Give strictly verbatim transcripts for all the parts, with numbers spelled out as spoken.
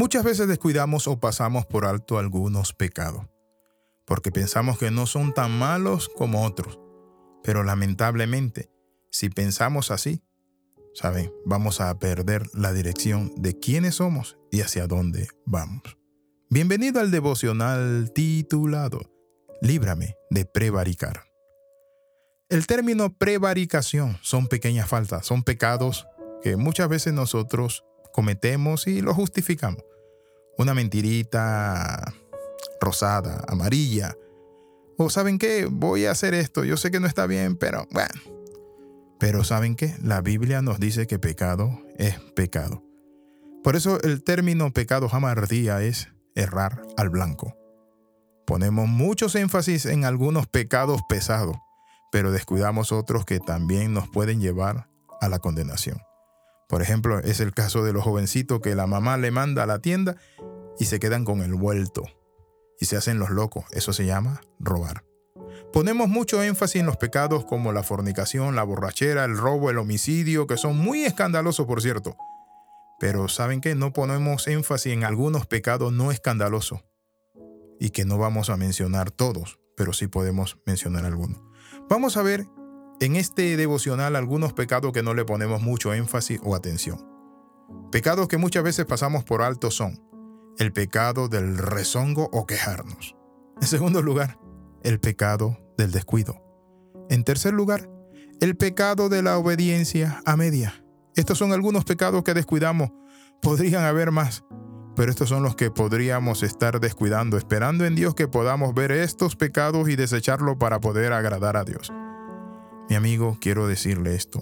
Muchas veces descuidamos o pasamos por alto algunos pecados, porque pensamos que no son tan malos como otros. Pero lamentablemente, si pensamos así, ¿saben? Vamos a perder la dirección de quiénes somos y hacia dónde vamos. Bienvenido al devocional titulado Líbrame de prevaricar. El término prevaricación son pequeñas faltas, son pecados que muchas veces nosotros cometemos y lo justificamos. Una mentirita rosada, amarilla. O ¿saben qué? Voy a hacer esto. Yo sé que no está bien, pero bueno. Pero ¿saben qué? La Biblia nos dice que pecado es pecado. Por eso el término pecado jamardía es errar al blanco. Ponemos muchos énfasis en algunos pecados pesados, pero descuidamos otros que también nos pueden llevar a la condenación. Por ejemplo, es el caso de los jovencitos que la mamá le manda a la tienda y se quedan con el vuelto y se hacen los locos. Eso se llama robar. Ponemos mucho énfasis en los pecados como la fornicación, la borrachera, el robo, el homicidio, que son muy escandalosos, por cierto. Pero ¿saben qué? No ponemos énfasis en algunos pecados no escandalosos y que no vamos a mencionar todos, pero sí podemos mencionar algunos. Vamos a ver en este devocional algunos pecados que no le ponemos mucho énfasis o atención. Pecados que muchas veces pasamos por alto son el pecado del rezongo o quejarnos. En segundo lugar, el pecado del descuido. En tercer lugar, el pecado de la obediencia a media. Estos son algunos pecados que descuidamos. Podrían haber más, pero estos son los que podríamos estar descuidando, esperando en Dios que podamos ver estos pecados y desecharlos para poder agradar a Dios. Mi amigo, quiero decirle esto.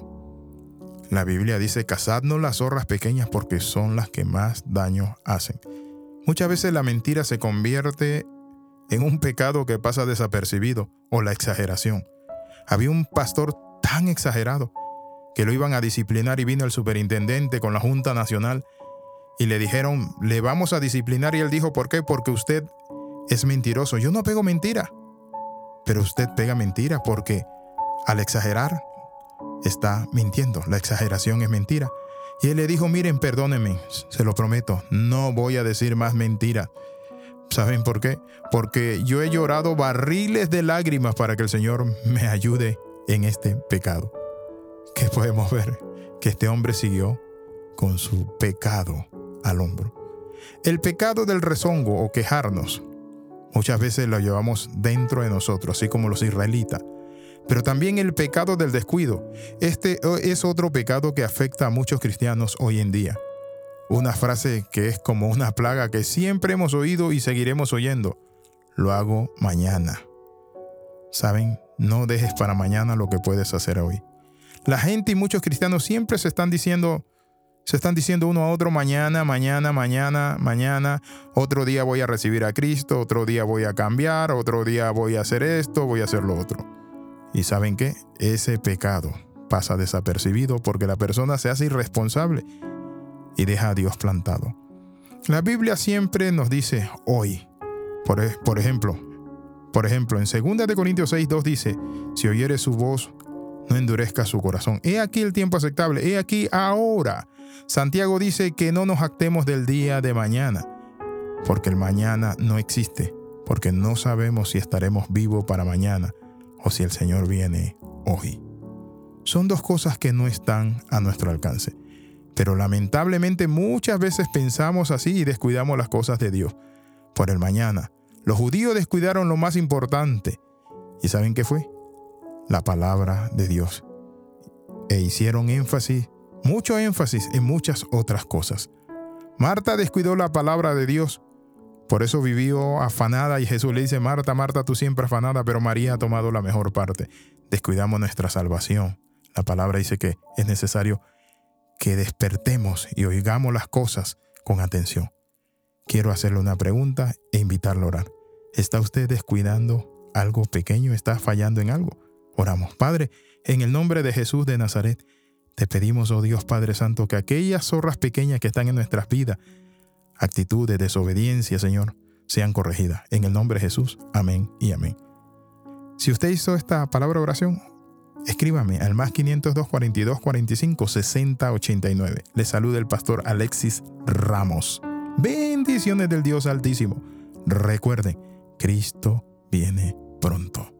La Biblia dice, cazadnos las zorras pequeñas porque son las que más daño hacen. Muchas veces la mentira se convierte en un pecado que pasa desapercibido o la exageración. Había un pastor tan exagerado que lo iban a disciplinar y vino el superintendente con la Junta Nacional y le dijeron, le vamos a disciplinar, y él dijo, ¿por qué? Porque usted es mentiroso. Yo no pego mentira, pero usted pega mentira porque al exagerar está mintiendo. La exageración es mentira. Y él le dijo, miren, perdónenme, se lo prometo, no voy a decir más mentiras. ¿Saben por qué? Porque yo he llorado barriles de lágrimas para que el Señor me ayude en este pecado. ¿Qué podemos ver? Que este hombre siguió con su pecado al hombro. El pecado del rezongo o quejarnos, muchas veces lo llevamos dentro de nosotros, así como los israelitas. Pero también el pecado del descuido. Este es otro pecado que afecta a muchos cristianos hoy en día. Una frase que es como una plaga que siempre hemos oído y seguiremos oyendo. Lo hago mañana. ¿Saben? No dejes para mañana lo que puedes hacer hoy. La gente y muchos cristianos siempre se están diciendo, se están diciendo uno a otro mañana, mañana, mañana, mañana. Otro día voy a recibir a Cristo, otro día voy a cambiar, otro día voy a hacer esto, voy a hacer lo otro. ¿Y saben qué? Ese pecado pasa desapercibido porque la persona se hace irresponsable y deja a Dios plantado. La Biblia siempre nos dice hoy. Por, por ejemplo, por ejemplo, en segunda de Corintios seis dos dice, si oyere su voz, no endurezca su corazón. He aquí el tiempo aceptable, he aquí ahora. Santiago dice que no nos jactemos del día de mañana, porque el mañana no existe, porque no sabemos si estaremos vivos para mañana o si el Señor viene hoy. Son dos cosas que no están a nuestro alcance. Pero lamentablemente muchas veces pensamos así y descuidamos las cosas de Dios por el mañana. Los judíos descuidaron lo más importante. ¿Y saben qué fue? La palabra de Dios. E hicieron énfasis, mucho énfasis en muchas otras cosas. Marta descuidó la palabra de Dios. Por eso vivió afanada y Jesús le dice, Marta, Marta, tú siempre afanada, pero María ha tomado la mejor parte. Descuidamos nuestra salvación. La palabra dice que es necesario que despertemos y oigamos las cosas con atención. Quiero hacerle una pregunta e invitarle a orar. ¿Está usted descuidando algo pequeño? ¿Está fallando en algo? Oramos. Padre, en el nombre de Jesús de Nazaret, te pedimos, oh Dios Padre Santo, que aquellas zorras pequeñas que están en nuestras vidas, actitudes, desobediencia, Señor, sean corregidas. En el nombre de Jesús. Amén y amén. Si usted hizo esta palabra de oración, escríbame al más quinientos dos, cuarenta y dos, cuarenta y cinco, sesenta, ochenta y nueve. Le saluda el pastor Alexis Ramos. Bendiciones del Dios Altísimo. Recuerden, Cristo viene pronto.